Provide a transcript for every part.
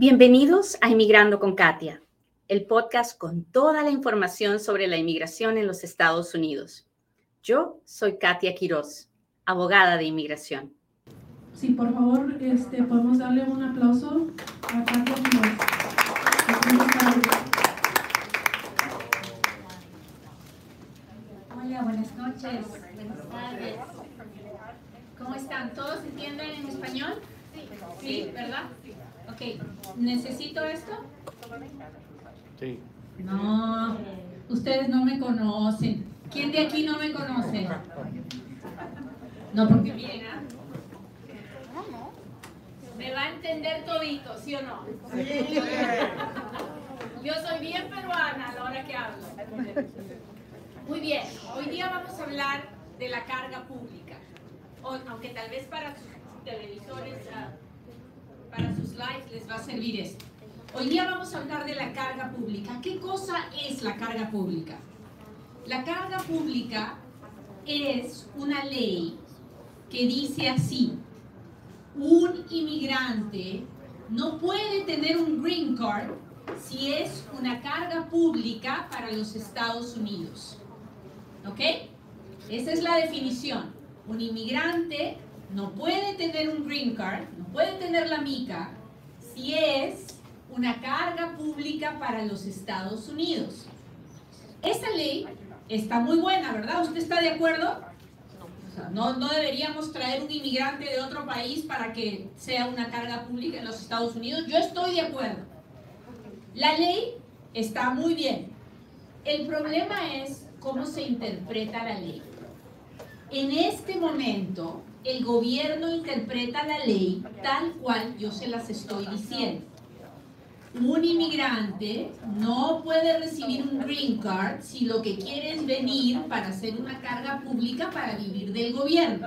Bienvenidos a Inmigrando con Katia, el podcast con toda la información sobre la inmigración en los Estados Unidos. Yo soy Katia Quiroz, abogada de inmigración. Sí, por favor, podemos darle un aplauso a Katia Quiroz. Hola, buenas noches, buenas tardes. ¿Cómo están? ¿Todos entienden en español? Sí, ¿verdad? Ok, ¿necesito esto? Sí. No, ustedes no me conocen. ¿Quién de aquí no me conoce? No, porque bien, ¿ah? Me va a entender todito, ¿sí o no? Sí. Yo soy bien peruana a la hora que hablo. Muy bien, hoy día vamos a hablar de la carga pública. Aunque tal vez para sus televisores, para sus lives les va a servir esto. Hoy día vamos a hablar de la carga pública. ¿Qué cosa es la carga pública? La carga pública es una ley que dice así: un inmigrante no puede tener un green card si es una carga pública para los Estados Unidos. ¿Ok? Esa es la definición. Un inmigrante no puede tener un green card, no puede tener la mica, si es una carga pública para los Estados Unidos. Esa ley está muy buena, ¿verdad? ¿Usted está de acuerdo? O sea, no deberíamos traer un inmigrante de otro país para que sea una carga pública en los Estados Unidos. Yo estoy de acuerdo. La ley está muy bien. El problema es cómo se interpreta la ley. En este momento, el gobierno interpreta la ley tal cual yo se las estoy diciendo. Un inmigrante no puede recibir un green card si lo que quiere es venir para hacer una carga pública para vivir del gobierno.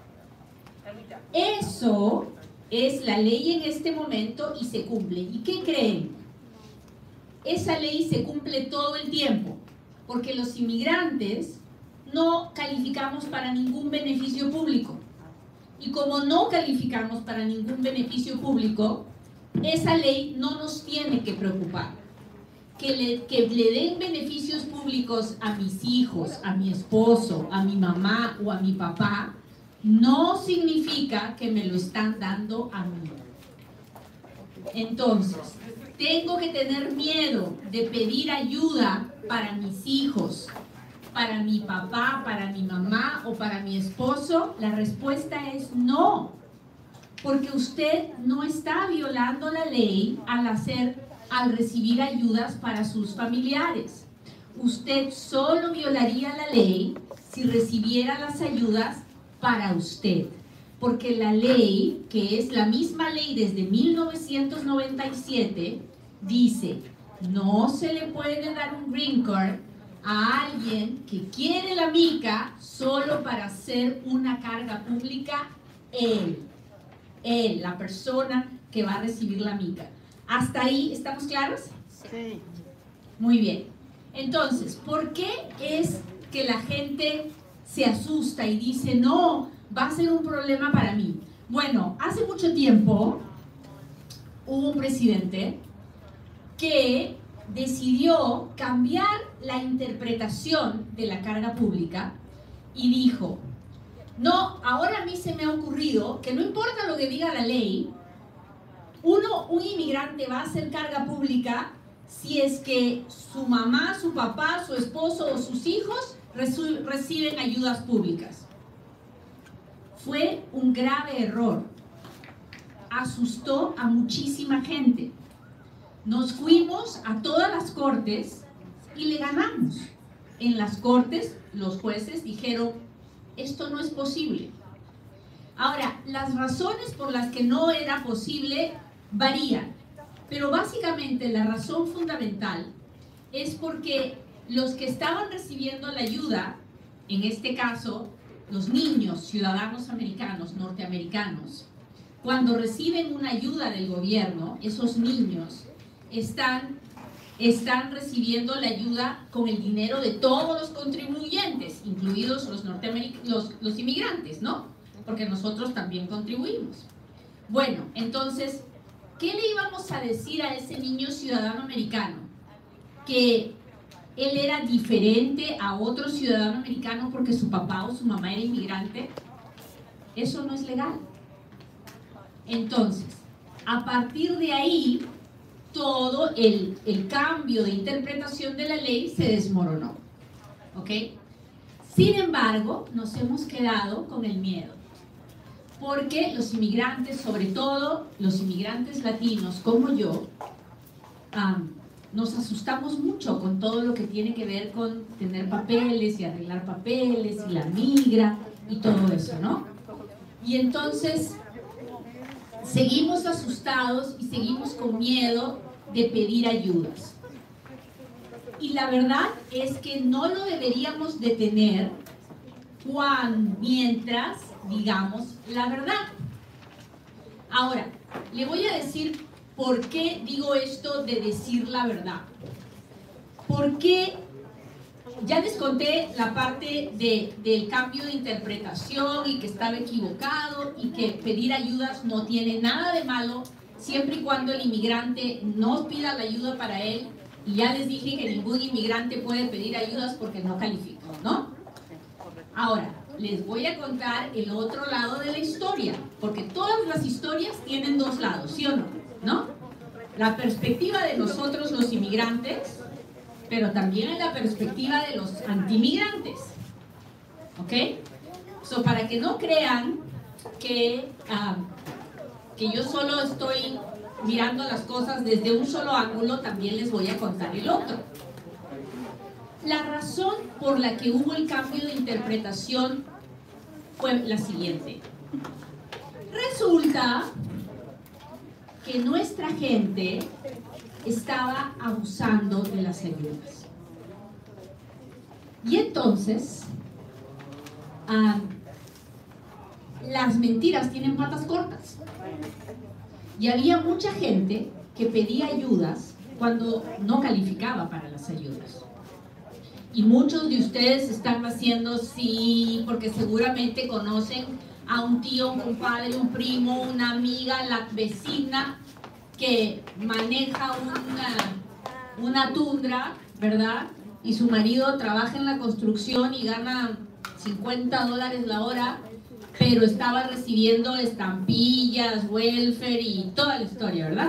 Eso es la ley en este momento y se cumple. ¿Y qué creen? Esa ley se cumple todo el tiempo, porque los inmigrantes no calificamos para ningún beneficio público. Y como no calificamos para ningún beneficio público, esa ley no nos tiene que preocupar. Que le den beneficios públicos a mis hijos, a mi esposo, a mi mamá o a mi papá, no significa que me lo están dando a mí. Entonces, ¿tengo que tener miedo de pedir ayuda para mis hijos, para mi papá, para mi mamá o para mi esposo? La respuesta es no, porque usted no está violando la ley al recibir ayudas para sus familiares. Usted solo violaría la ley si recibiera las ayudas para usted, porque la ley, que es la misma ley desde 1997, dice: no se le puede dar un green card a alguien que quiere la mica solo para hacer una carga pública él, la persona que va a recibir la mica. ¿Hasta ahí estamos claros? Sí. Muy bien. Entonces, ¿por qué es que la gente se asusta y dice, no, va a ser un problema para mí? Bueno, hace mucho tiempo hubo un presidente que decidió cambiar la interpretación de la carga pública y dijo: no, ahora a mí se me ha ocurrido que no importa lo que diga la ley, un inmigrante va a hacer carga pública si es que su mamá, su papá, su esposo o sus hijos reciben ayudas públicas. Fue un grave error. Asustó a muchísima gente. Nos fuimos a todas las cortes y le ganamos. En las cortes, los jueces dijeron: esto no es posible. Ahora, las razones por las que no era posible varían, pero básicamente la razón fundamental es porque los que estaban recibiendo la ayuda, en este caso, los niños ciudadanos americanos, norteamericanos, cuando reciben una ayuda del gobierno, esos niños están recibiendo la ayuda con el dinero de todos los contribuyentes, incluidos los inmigrantes, ¿no? Porque nosotros también contribuimos. Bueno, entonces, ¿qué le íbamos a decir a ese niño ciudadano americano? Que él era diferente a otro ciudadano americano porque su papá o su mamá era inmigrante. Eso no es legal. Entonces, a partir de ahí, todo el cambio de interpretación de la ley se desmoronó. ¿Ok? Sin embargo, nos hemos quedado con el miedo. Porque los inmigrantes, sobre todo los inmigrantes latinos como yo, nos asustamos mucho con todo lo que tiene que ver con tener papeles y arreglar papeles y la migra y todo eso, ¿no? Y entonces seguimos asustados y seguimos con miedo de pedir ayudas. Y la verdad es que no lo deberíamos de tener mientras digamos la verdad. Ahora, le voy a decir por qué digo esto de decir la verdad. Porque ya les conté la parte del cambio de interpretación y que estaba equivocado y que pedir ayudas no tiene nada de malo siempre y cuando el inmigrante no pida la ayuda para él. Y ya les dije que ningún inmigrante puede pedir ayudas porque no califica, ¿no? Ahora, les voy a contar el otro lado de la historia, porque todas las historias tienen dos lados, ¿sí o no? ¿No? La perspectiva de nosotros los inmigrantes, pero también la perspectiva de los antimigrantes, ¿ok? So, para que no crean que yo solo estoy mirando las cosas desde un solo ángulo, también les voy a contar el otro. La razón por la que hubo el cambio de interpretación fue la siguiente. Resulta que nuestra gente estaba abusando de las ayudas. Y entonces, las mentiras tienen patas cortas. Y había mucha gente que pedía ayudas cuando no calificaba para las ayudas. Y muchos de ustedes están haciendo sí, porque seguramente conocen a un tío, un compadre, un primo, una amiga, la vecina que maneja una tundra, ¿verdad? Y su marido trabaja en la construcción y gana $50 la hora, pero estaba recibiendo estampillas, welfare y toda la historia, ¿verdad?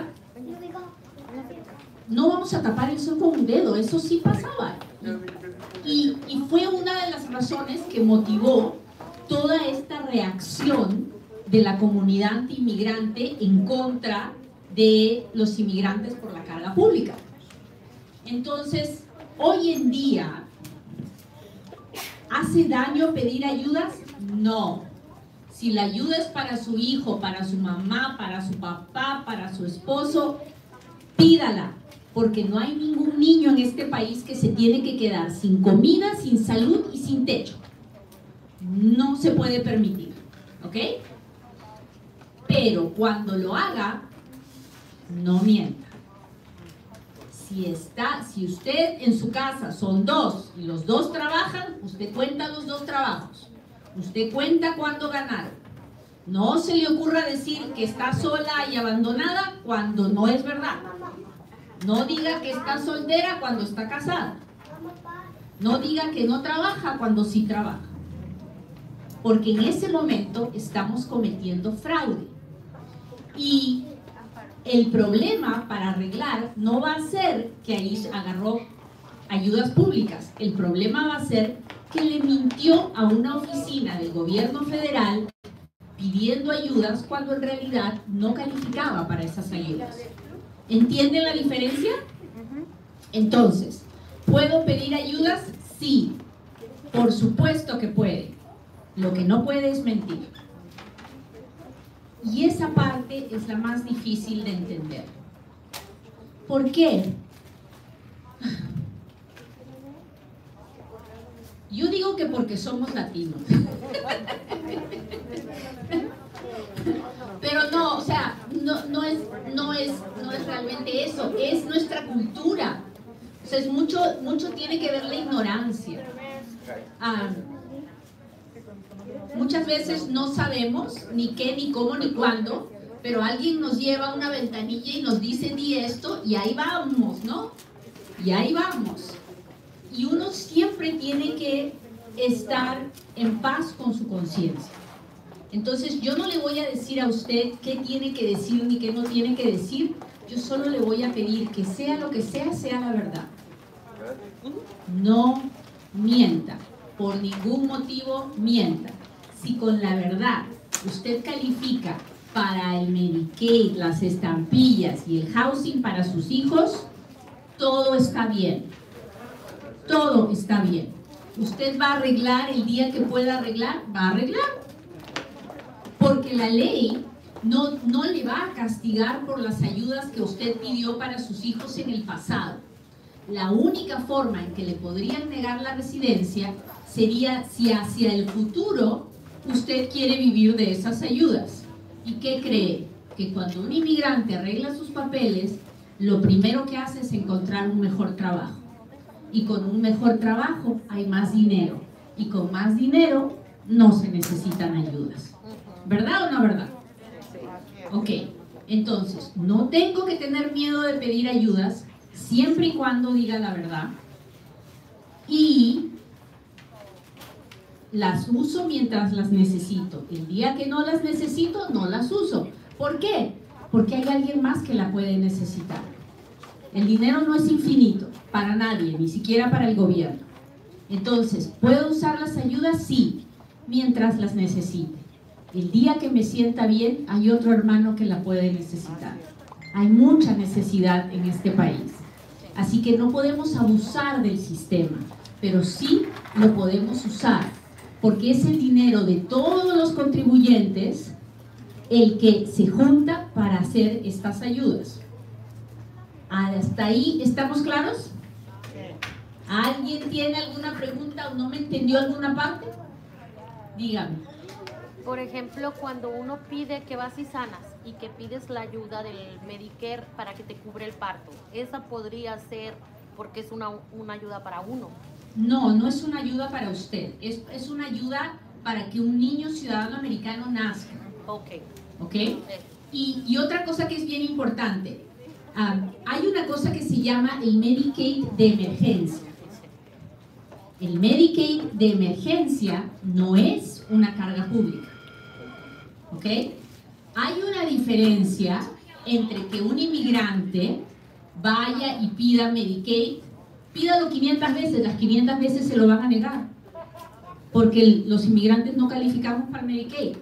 No vamos a tapar el sol con un dedo, eso sí pasaba. Y fue una de las razones que motivó toda esta reacción de la comunidad anti-inmigrante en contra de los inmigrantes por la carga pública. Entonces, hoy en día, ¿hace daño pedir ayudas? No. Si la ayuda es para su hijo, para su mamá, para su papá, para su esposo, pídala. Porque no hay ningún niño en este país que se tiene que quedar sin comida, sin salud y sin techo. No se puede permitir, ¿ok? Pero cuando lo haga, no mienta. Si usted en su casa son dos y los dos trabajan, usted cuenta los dos trabajos. Usted cuenta cuánto ganaron. No se le ocurra decir que está sola y abandonada cuando no es verdad. No diga que está soltera cuando está casada. No diga que no trabaja cuando sí trabaja. Porque en ese momento estamos cometiendo fraude. Y el problema para arreglar no va a ser que ahí agarró ayudas públicas. El problema va a ser que le mintió a una oficina del gobierno federal pidiendo ayudas cuando en realidad no calificaba para esas ayudas. ¿Entienden la diferencia? Entonces, ¿puedo pedir ayudas? Sí, por supuesto que puede. Lo que no puede es mentir. Y esa parte es la más difícil de entender. ¿Por qué? Yo digo que porque somos latinos. Pero no, o sea, no es realmente eso, es nuestra cultura. O sea, mucho tiene que ver la ignorancia. Muchas veces no sabemos ni qué, ni cómo, ni cuándo pero alguien nos lleva una ventanilla y nos dice, di esto, y ahí vamos, ¿no? Y ahí vamos. Y uno siempre tiene que estar en paz con su conciencia. Entonces yo no le voy a decir a usted qué tiene que decir ni qué no tiene que decir, yo solo le voy a pedir que sea lo que sea la verdad. No mienta, por ningún motivo mienta. Si con la verdad usted califica para el Medicaid, las estampillas y el housing para sus hijos, todo está bien. Todo está bien. Usted va a arreglar el día que pueda arreglar, va a arreglar. Porque la ley no le va a castigar por las ayudas que usted pidió para sus hijos en el pasado. La única forma en que le podrían negar la residencia sería si hacia el futuro usted quiere vivir de esas ayudas. ¿Y qué cree? Que cuando un inmigrante arregla sus papeles, lo primero que hace es encontrar un mejor trabajo. Y con un mejor trabajo hay más dinero. Y con más dinero no se necesitan ayudas. ¿Verdad o no verdad? Ok, entonces, no tengo que tener miedo de pedir ayudas, siempre y cuando diga la verdad. Y las uso mientras las necesito. El día que no las necesito, no las uso. ¿Por qué? Porque hay alguien más que la puede necesitar. El dinero no es infinito, para nadie, ni siquiera para el gobierno. Entonces, ¿puedo usar las ayudas? Sí, mientras las necesite. El día que me sienta bien, hay otro hermano que la puede necesitar. Hay mucha necesidad en este país. Así que no podemos abusar del sistema, pero sí lo podemos usar, porque es el dinero de todos los contribuyentes el que se junta para hacer estas ayudas. ¿Hasta ahí estamos claros? ¿Alguien tiene alguna pregunta o no me entendió alguna parte? Dígame. Por ejemplo, cuando uno pide que vas y sanas y que pides la ayuda del Medicare para que te cubre el parto, ¿esa podría ser porque es una ayuda para uno? No, no es una ayuda para usted, es una ayuda para que un niño ciudadano americano nazca. Ok. ¿Ok? Y otra cosa que es bien importante, hay una cosa que se llama el Medicaid de emergencia. El Medicaid de emergencia no es una carga pública. ¿Ok? Hay una diferencia entre que un inmigrante vaya y pida Medicaid, pídalo 500 veces, las 500 veces se lo van a negar, porque los inmigrantes no calificamos para Medicaid.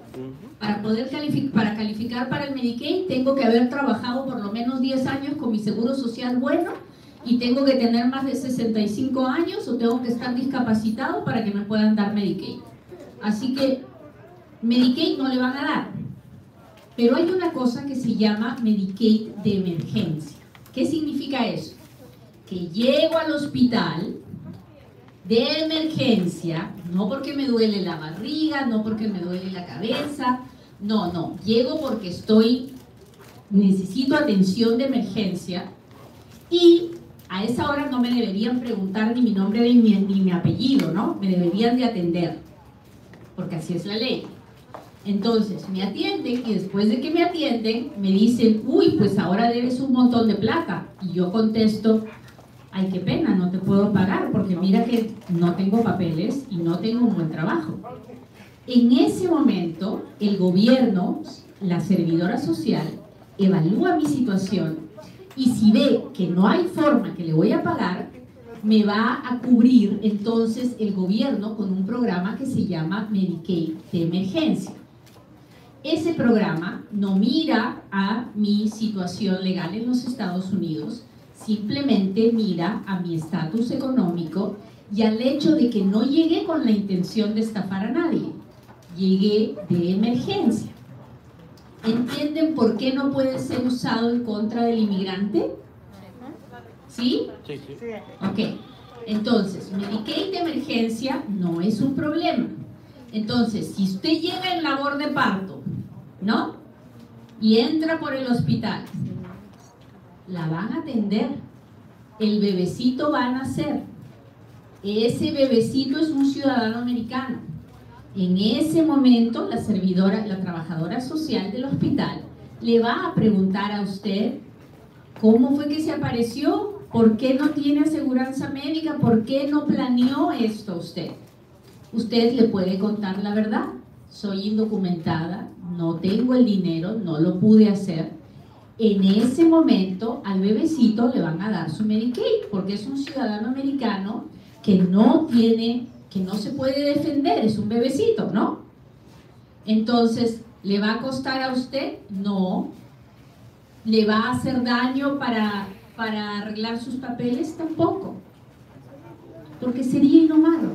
Para calificar para el Medicaid tengo que haber trabajado por lo menos 10 años con mi seguro social bueno, y tengo que tener más de 65 años o tengo que estar discapacitado para que me puedan dar Medicaid. Así que Medicaid no le van a dar. Pero hay una cosa que se llama Medicaid de emergencia. ¿Qué significa eso? Que llego al hospital de emergencia, no porque me duele la barriga, no porque me duele la cabeza, no, llego porque necesito atención de emergencia, y a esa hora no me deberían preguntar ni mi nombre ni mi apellido, ¿no? Me deberían de atender, porque así es la ley. Entonces me atienden, y después de que me atienden me dicen, uy, pues ahora debes un montón de plata, y yo contesto, ay, qué pena, no te puedo pagar porque mira que no tengo papeles y no tengo un buen trabajo. En ese momento el gobierno, la servidora social, evalúa mi situación, y si ve que no hay forma que le voy a pagar, me va a cubrir entonces el gobierno con un programa que se llama Medicaid de emergencia. Ese programa no mira a mi situación legal en los Estados Unidos, simplemente mira a mi estatus económico y al hecho de que no llegué con la intención de estafar a nadie, llegué de emergencia. ¿Entienden por qué no puede ser usado en contra del inmigrante? ¿Sí? Sí. Ok, entonces, Medicaid de emergencia no es un problema. Entonces, si usted llega en labor de parto, ¿no? Y entra por el hospital, la van a atender, el bebecito va a nacer, ese bebecito es un ciudadano americano. En ese momento la trabajadora social del hospital le va a preguntar a usted cómo fue que se apareció, por qué no tiene aseguranza médica, por qué no planeó esto usted. Usted le puede contar la verdad. Soy indocumentada, no tengo el dinero, no lo pude hacer. En ese momento al bebecito le van a dar su Medicaid, porque es un ciudadano americano que no se puede defender, es un bebecito, ¿no? Entonces, ¿le va a costar a usted? No. ¿Le va a hacer daño para arreglar sus papeles? Tampoco. Porque sería inhumano.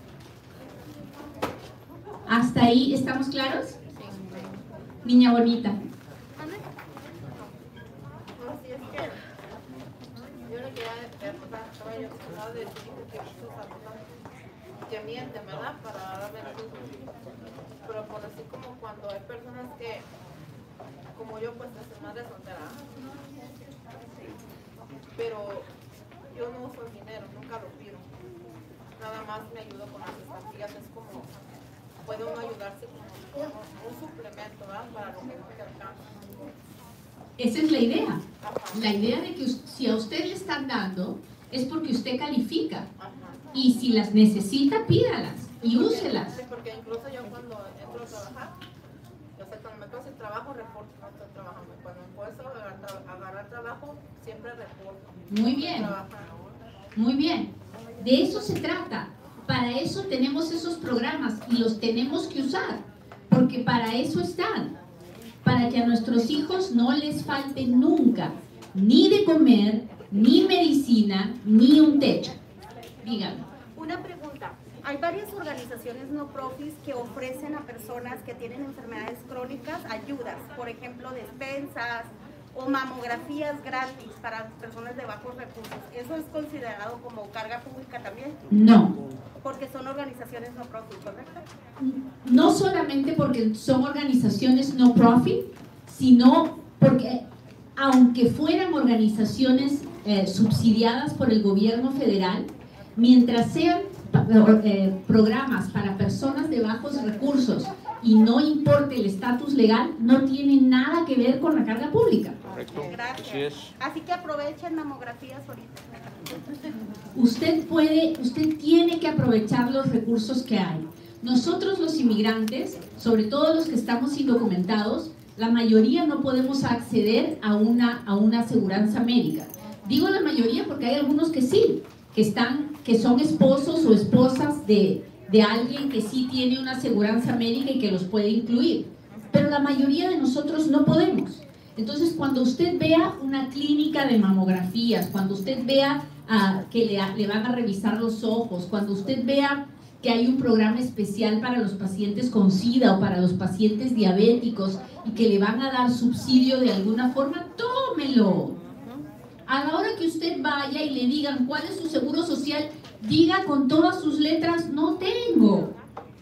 ¿Hasta ahí estamos claros? Niña bonita. Que mienten, ¿verdad? Para dar beneficios. Pero por así como cuando hay personas que, como yo, pues es madre soltera, pero yo no uso el dinero, nunca lo pido. Nada más me ayudo con las estampillas, es como, puede uno ayudarse como un suplemento, ¿verdad? Para lo que no te alcanza. Esa es la idea. La idea de que si a usted le están dando, es porque usted califica. Y si las necesita, pídalas y úselas. Sí, porque incluso yo cuando entro a trabajar, o sea, cuando me paso el trabajo, reporto, no estoy trabajando. Cuando empiezo a agarrar trabajo, siempre reporto. Muy bien. Muy bien. De eso se trata. Para eso tenemos esos programas y los tenemos que usar. Porque para eso están. Para que a nuestros hijos no les falte nunca ni de comer, ni medicina, ni un techo. Dígame. Una pregunta. Hay varias organizaciones no profits que ofrecen a personas que tienen enfermedades crónicas ayudas, por ejemplo, despensas o mamografías gratis para personas de bajos recursos. ¿Eso es considerado como carga pública también? No. Porque son organizaciones no profit, ¿correcto? No solamente porque son organizaciones no profit, sino porque aunque fueran organizaciones subsidiadas por el gobierno federal, mientras sean programas para personas de bajos recursos y no importe el estatus legal, no tienen nada que ver con la carga pública. Correcto. Gracias. Así es. Así que aprovechen mamografías ahorita. Usted tiene que aprovechar los recursos que hay. Nosotros los inmigrantes, sobre todo los que estamos indocumentados, la mayoría no podemos acceder a una aseguranza médica. Digo la mayoría porque hay algunos que sí, que son esposos o esposas de alguien que sí tiene una aseguranza médica y que los puede incluir. Pero la mayoría de nosotros no podemos. Entonces, cuando usted vea una clínica de mamografías, cuando usted vea que le van a revisar los ojos, cuando usted vea que hay un programa especial para los pacientes con SIDA o para los pacientes diabéticos y que le van a dar subsidio de alguna forma, tómelo. A la hora que usted vaya y le digan cuál es su seguro social, diga con todas sus letras, no tengo.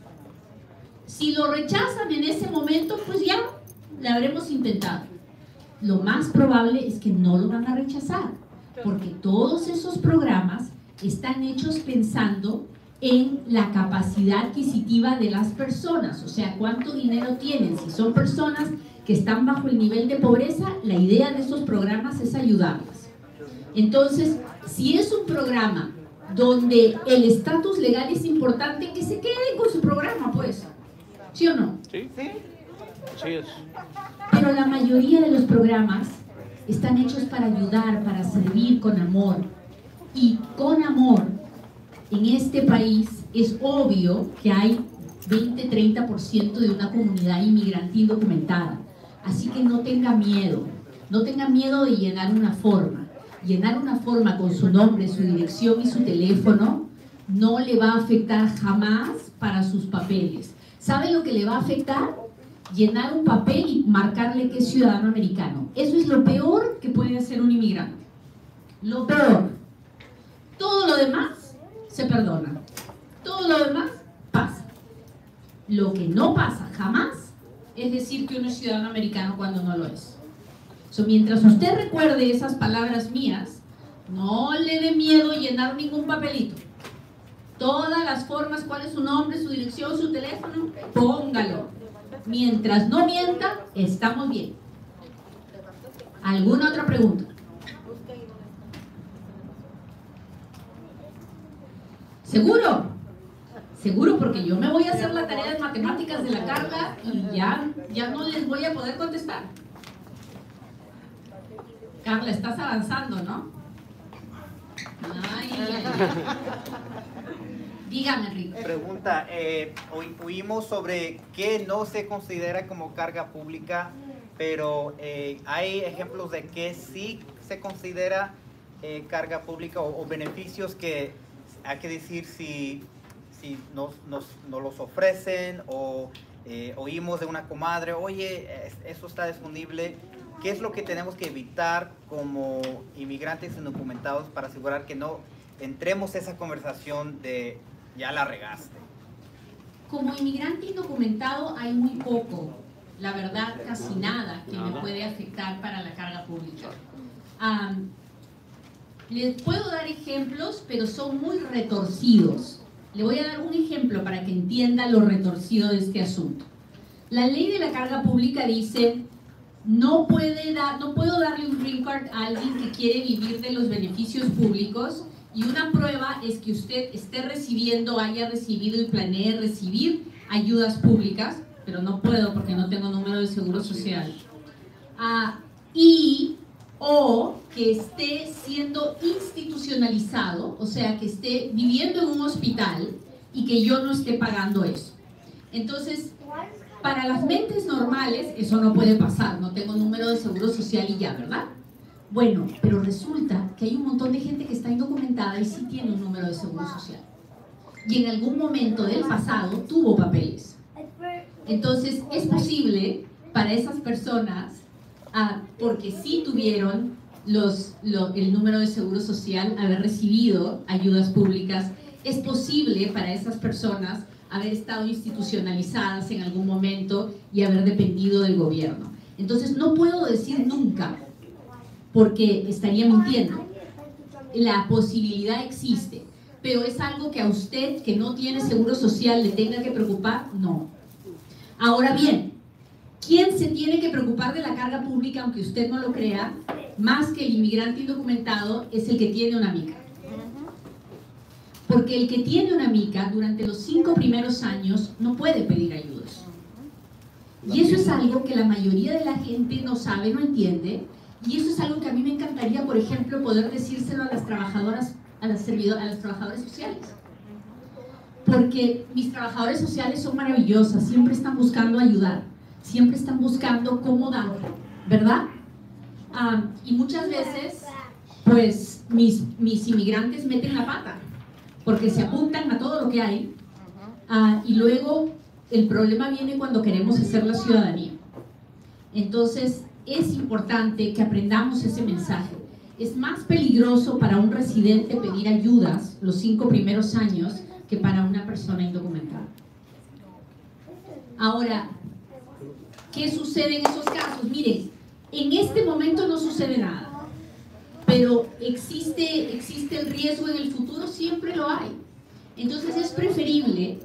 Si lo rechazan en ese momento, pues ya lo habremos intentado. Lo más probable es que no lo van a rechazar, porque todos esos programas están hechos pensando en la capacidad adquisitiva de las personas, o sea, cuánto dinero tienen. Si son personas que están bajo el nivel de pobreza, la idea de esos programas es ayudarlas. Entonces, si es un programa donde el estatus legal es importante, que se queden con su programa, pues, ¿sí o no? Sí, sí. Así es. Pero la mayoría de los programas están hechos para ayudar, para servir con amor. Y con amor, en este país es obvio que hay 20-30% de una comunidad inmigrante indocumentada. Así que no tenga miedo de llenar una forma. Llenar una forma con su nombre, su dirección y su teléfono no le va a afectar jamás para sus papeles. ¿Sabe lo que le va a afectar? Llenar un papel y marcarle que es ciudadano americano. Eso es lo peor que puede hacer un inmigrante. Lo peor. Todo lo demás se perdona. Todo lo demás pasa. Lo que no pasa jamás es decir que uno es ciudadano americano cuando no lo es. Mientras usted recuerde esas palabras mías, no le dé miedo llenar ningún papelito. Todas las formas, cuál es su nombre, su dirección, su teléfono, póngalo. Mientras no mienta, estamos bien. ¿Alguna otra pregunta? ¿Seguro? Seguro, porque yo me voy a hacer la tarea de matemáticas de la Carla y ya no les voy a poder contestar. Carla, estás avanzando, ¿no? Ay. Dígame, Rick. Pregunta, oímos sobre qué no se considera como carga pública, pero hay ejemplos de que sí se considera carga pública o beneficios que hay que decir si nos los ofrecen o oímos de una comadre, oye, eso está disponible. ¿Qué es lo que tenemos que evitar como inmigrantes indocumentados para asegurar que no entremos a esa conversación de ya la regaste? Como inmigrante indocumentado hay muy poco, la verdad casi nada que me puede afectar para la carga pública. Les puedo dar ejemplos, pero son muy retorcidos. Le voy a dar un ejemplo para que entienda lo retorcido de este asunto. La ley de la carga pública dice: no puedo darle un green card a alguien que quiere vivir de los beneficios públicos, y una prueba es que usted esté recibiendo, haya recibido y planee recibir ayudas públicas, pero no puedo porque no tengo número de seguro social. O que esté siendo institucionalizado, o sea, que esté viviendo en un hospital y que yo no esté pagando eso. Entonces, para las mentes normales, eso no puede pasar, no tengo número de seguro social y ya, ¿verdad? Bueno, pero resulta que hay un montón de gente que está indocumentada y sí tiene un número de seguro social. Y en algún momento del pasado tuvo papeles. Entonces, es posible para esas personas, porque sí tuvieron el número de seguro social, haber recibido ayudas públicas, es posible para esas personas haber estado institucionalizadas en algún momento y haber dependido del gobierno. Entonces no puedo decir nunca, porque estaría mintiendo. La posibilidad existe, pero ¿es algo que a usted que no tiene seguro social le tenga que preocupar? No. Ahora bien, ¿quién se tiene que preocupar de la carga pública, aunque usted no lo crea, más que el inmigrante indocumentado? Es el que tiene una mica. Porque el que tiene una mica durante los 5 primeros años no puede pedir ayudas. Y eso es algo que la mayoría de la gente no sabe, no entiende. Y eso es algo que a mí me encantaría, por ejemplo, poder decírselo a las trabajadoras, a las trabajadoras sociales. Porque mis trabajadores sociales son maravillosas, siempre están buscando ayudar, siempre están buscando cómo dar, ¿verdad? Y muchas veces, pues, mis inmigrantes meten la pata, porque se apuntan a todo lo que hay, y luego el problema viene cuando queremos hacer la ciudadanía. Entonces, es importante que aprendamos ese mensaje. Es más peligroso para un residente pedir ayudas los 5 primeros años que para una persona indocumentada. Ahora, ¿qué sucede en esos casos? Miren, en este momento no sucede nada, pero existe el riesgo en el futuro, siempre lo hay. Entonces es preferible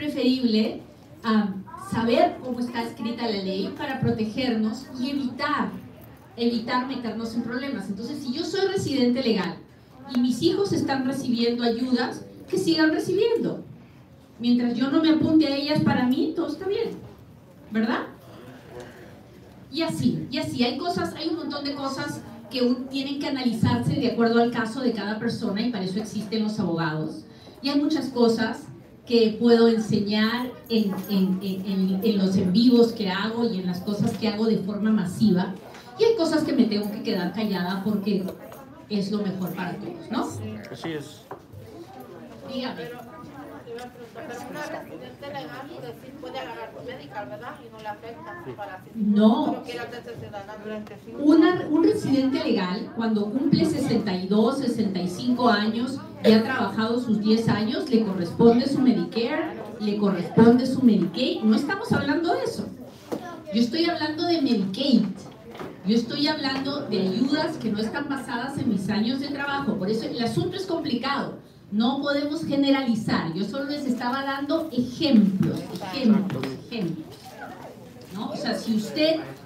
saber cómo está escrita la ley para protegernos y evitar meternos en problemas. Entonces, si yo soy residente legal y mis hijos están recibiendo ayudas, que sigan recibiendo. Mientras yo no me apunte a ellas, para mí todo está bien, ¿verdad? Y así, hay un montón de cosas que tienen que analizarse de acuerdo al caso de cada persona, y para eso existen los abogados. Y hay muchas cosas que puedo enseñar en los en vivos que hago y en las cosas que hago de forma masiva. Y hay cosas que me tengo que quedar callada porque es lo mejor para todos, ¿no? Así es. Dígame. Pero una residente legal puede agarrar su medical, ¿verdad? Y no le afecta para no. quiere hacerse ciudadana durante 5 un residente legal, cuando cumple 62, 65 años y ha trabajado sus 10 años, le corresponde su Medicare, le corresponde su Medicaid. No estamos hablando de eso. Yo estoy hablando de Medicaid. Yo estoy hablando de ayudas que no están basadas en mis años de trabajo. Por eso el asunto es complicado. No podemos generalizar. Yo solo les estaba dando ejemplos. ¿No? O sea, si usted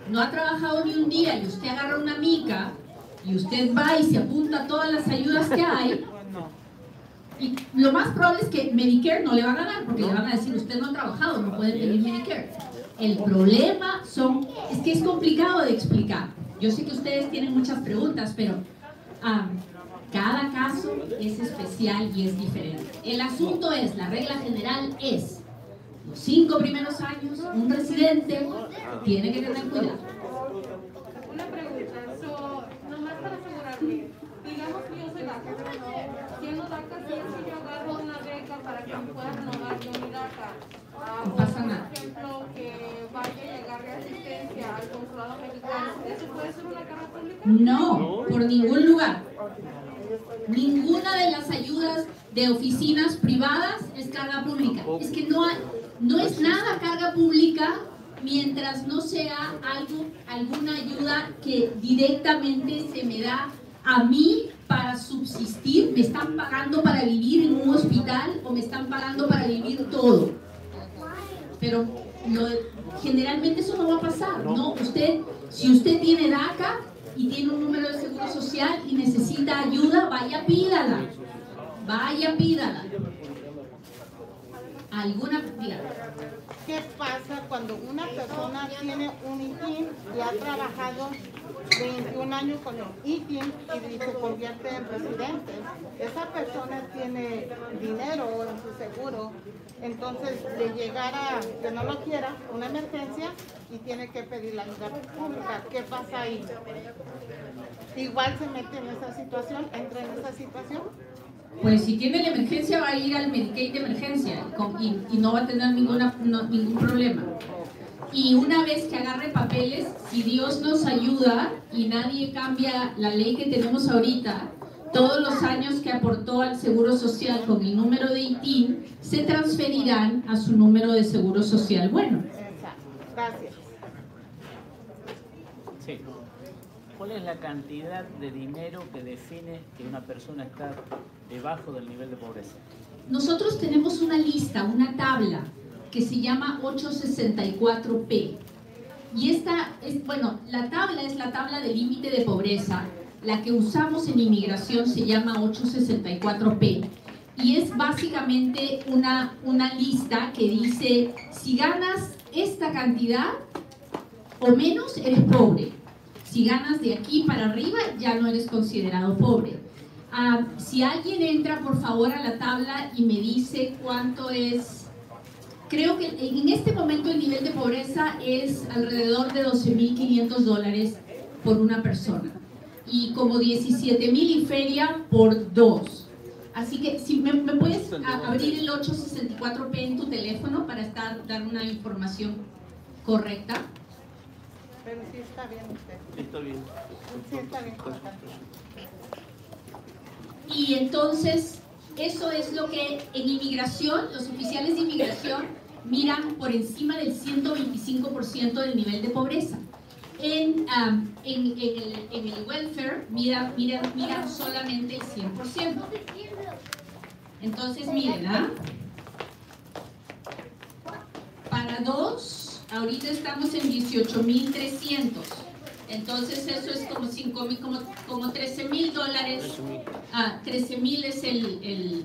no ha trabajado ni un día y usted agarra una mica y usted va y se apunta a todas las ayudas que hay, y lo más probable es que Medicare no le va a ganar, porque le van a decir, usted no ha trabajado, no puede pedir Medicare. El problema es que es complicado de explicar. Yo sé que ustedes tienen muchas preguntas, pero cada caso es especial y es diferente. El asunto es, la regla general es, los 5 primeros años, un residente tiene que tener cuidado. Una pregunta, nomás para asegurarme, digamos que yo soy DACA, siendo DACA, si yo agarro una beca para que me pueda renovar yo mi DACA, No pasa nada. por ejemplo, que vaya y agarre asistencia al consulado mexicano, ¿eso puede ser una carga pública? No, por ningún lugar. Ninguna de las ayudas de oficinas privadas es carga pública. Es que no es nada carga pública mientras no sea alguna ayuda que directamente se me da a mí para subsistir. Me están pagando para vivir en un hospital o me están pagando para vivir todo. Pero generalmente eso no va a pasar, ¿no? Si usted tiene DACA y tiene un número de seguro social y necesita ayuda, vaya pídala. Vaya pídala. Dígame. ¿Qué pasa cuando una persona tiene un ITIN y ha trabajado 21 años con el ITIN y se convierte en residente? Esa persona tiene dinero en su seguro, entonces le llegará, que no lo quiera, una emergencia y tiene que pedir la ayuda pública. ¿Qué pasa ahí? Igual se mete en esa situación, entra en esa situación. Pues si tiene la emergencia va a ir al Medicaid de emergencia y no va a tener ningún problema. Y una vez que agarre papeles, si Dios nos ayuda y nadie cambia la ley que tenemos ahorita, todos los años que aportó al Seguro Social con el número de ITIN se transferirán a su número de Seguro Social. Bueno. Exacto. Gracias. Sí. ¿Cuál es la cantidad de dinero que define que una persona está debajo del nivel de pobreza? Nosotros tenemos una lista, una tabla que se llama 864P. Y la tabla es la tabla de límite de pobreza. La que usamos en inmigración se llama 864P. Y es básicamente una lista que dice, si ganas esta cantidad o menos, eres pobre. Si ganas de aquí para arriba, ya no eres considerado pobre. Si alguien entra, por favor, a la tabla y me dice cuánto es. Creo que en este momento el nivel de pobreza es alrededor de $12,500 por una persona. Y como 17,000 y feria por 2. Así que si me puedes abrir el 864P en tu teléfono para dar una información correcta. Pero sí está bien usted. Está bien. Sí está bien. Y entonces, eso es lo que en inmigración, los oficiales de inmigración miran por encima del 125% del nivel de pobreza. En el welfare miran solamente el 100%. Entonces, miren, para 2, ahorita estamos en 18,300. Entonces eso es como 5,000, como $13,000. 13,000 es el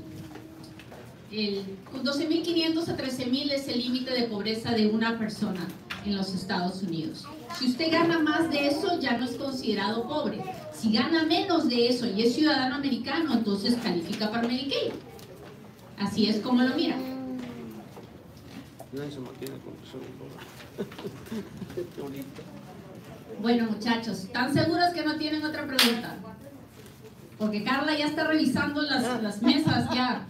12,500 a 13,000 es el límite de pobreza de una persona en los Estados Unidos. Si usted gana más de eso, ya no es considerado pobre. Si gana menos de eso y es ciudadano americano, entonces califica para Medicaid. Así es como lo miran. Bueno, muchachos, ¿están seguros que no tienen otra pregunta? Porque Carla ya está revisando las mesas ya.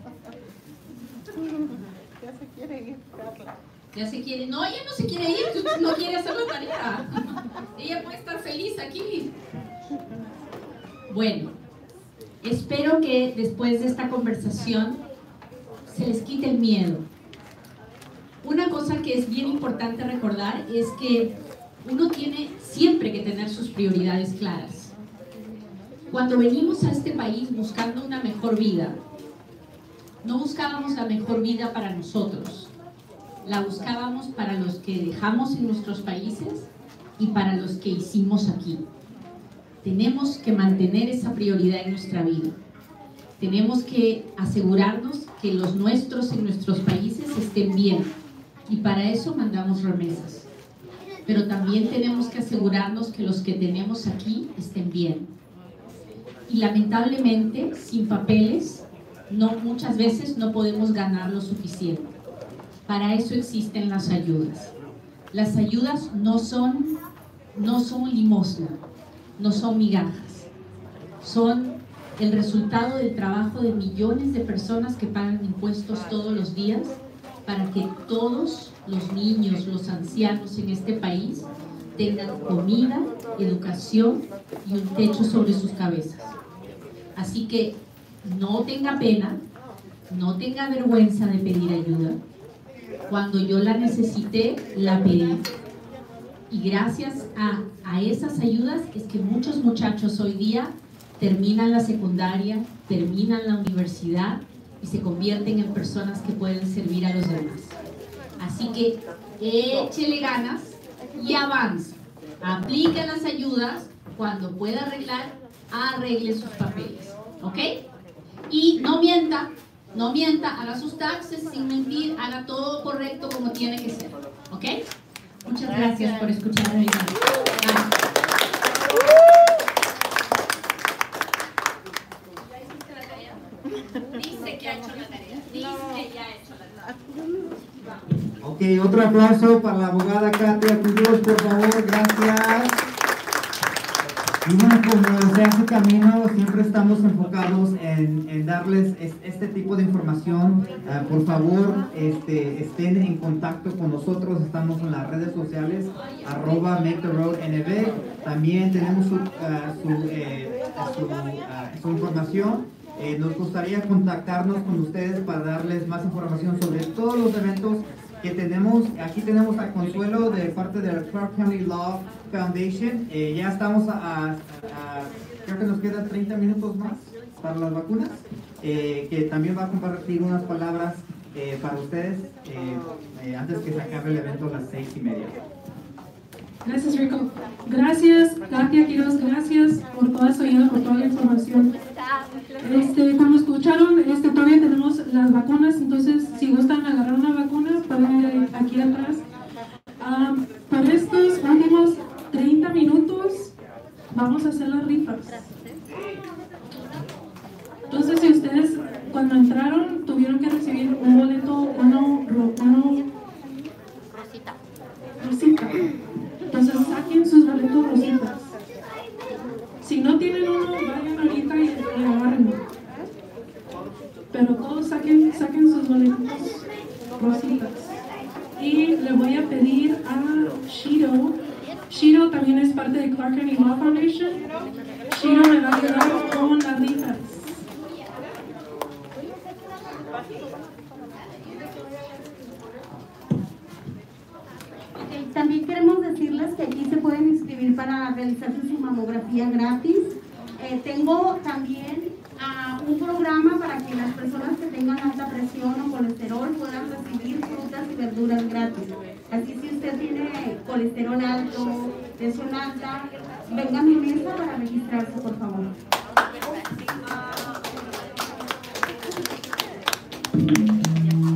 Ya se quiere ir, Carla. Ya se quiere. No, ella no se quiere ir, no quiere hacer la tarea. Ella puede estar feliz aquí. Bueno, espero que después de esta conversación se les quite el miedo. Una cosa que es bien importante recordar es que uno tiene siempre que tener sus prioridades claras. Cuando venimos a este país buscando una mejor vida, no buscábamos la mejor vida para nosotros, la buscábamos para los que dejamos en nuestros países y para los que hicimos aquí. Tenemos que mantener esa prioridad en nuestra vida. Tenemos que asegurarnos que los nuestros en nuestros países estén bien, y para eso mandamos remesas. Pero también tenemos que asegurarnos que los que tenemos aquí estén bien. Y lamentablemente, sin papeles, muchas veces no podemos ganar lo suficiente. Para eso existen las ayudas. Las ayudas no son limosna, no son migajas. Son el resultado del trabajo de millones de personas que pagan impuestos todos los días para que todos los niños, los ancianos en este país tengan comida, educación y un techo sobre sus cabezas. Así que no tenga pena, no tenga vergüenza de pedir ayuda. Cuando yo la necesité, la pedí. Y gracias a esas ayudas es que muchos muchachos hoy día terminan la secundaria, terminan la universidad y se convierten en personas que pueden servir a los demás. Así que échele ganas y avance. Aplique las ayudas. Cuando pueda arreglar, arregle sus papeles. ¿Ok? Y no mienta, haga sus taxes sin mentir, haga todo correcto como tiene que ser. ¿Ok? Muchas gracias por escucharme. Dice que ha hecho la tarea. Dice que ya ha hecho la tarea. Ok, otro aplauso para la abogada Katia Quiroz, por favor, gracias. Y bueno, como se hace camino, siempre estamos enfocados en darles este tipo de información. Por favor, estén en contacto con nosotros. Estamos en las redes sociales, @MakeTheRoadNB. También tenemos su información. Nos gustaría contactarnos con ustedes para darles más información sobre todos los eventos que tenemos. Aquí tenemos a Consuelo de parte de la Clark County Law Foundation. Ya estamos creo que nos quedan 30 minutos más para las vacunas, que también va a compartir unas palabras para ustedes antes que se acabe el evento a las 6:30. Gracias, Rico. Gracias, Katia Quiroz, gracias por toda su ayuda, por toda la información. Como escucharon, todavía tenemos las vacunas, entonces si gustan agarrar una vacuna, pueden ir aquí atrás. Para estos últimos 30 minutos, vamos a hacer las rifas. Entonces, si ustedes cuando entraron tuvieron que recibir un boleto, rosita. Entonces saquen sus boletos rositas. Si no tienen uno, vayan ahorita y agárrenlo. Pero todos saquen sus boletos rositas. Y le voy a pedir a Shiro. Shiro también es parte de Clark County Law Foundation. Shiro me va a ayudar con las rifas. También queremos decirles que aquí se pueden inscribir para realizarse su mamografía gratis. Tengo también un programa para que las personas que tengan alta presión o colesterol puedan recibir frutas y verduras gratis. Así si usted tiene colesterol alto, presión alta, venga a mi mesa para registrarse, por favor.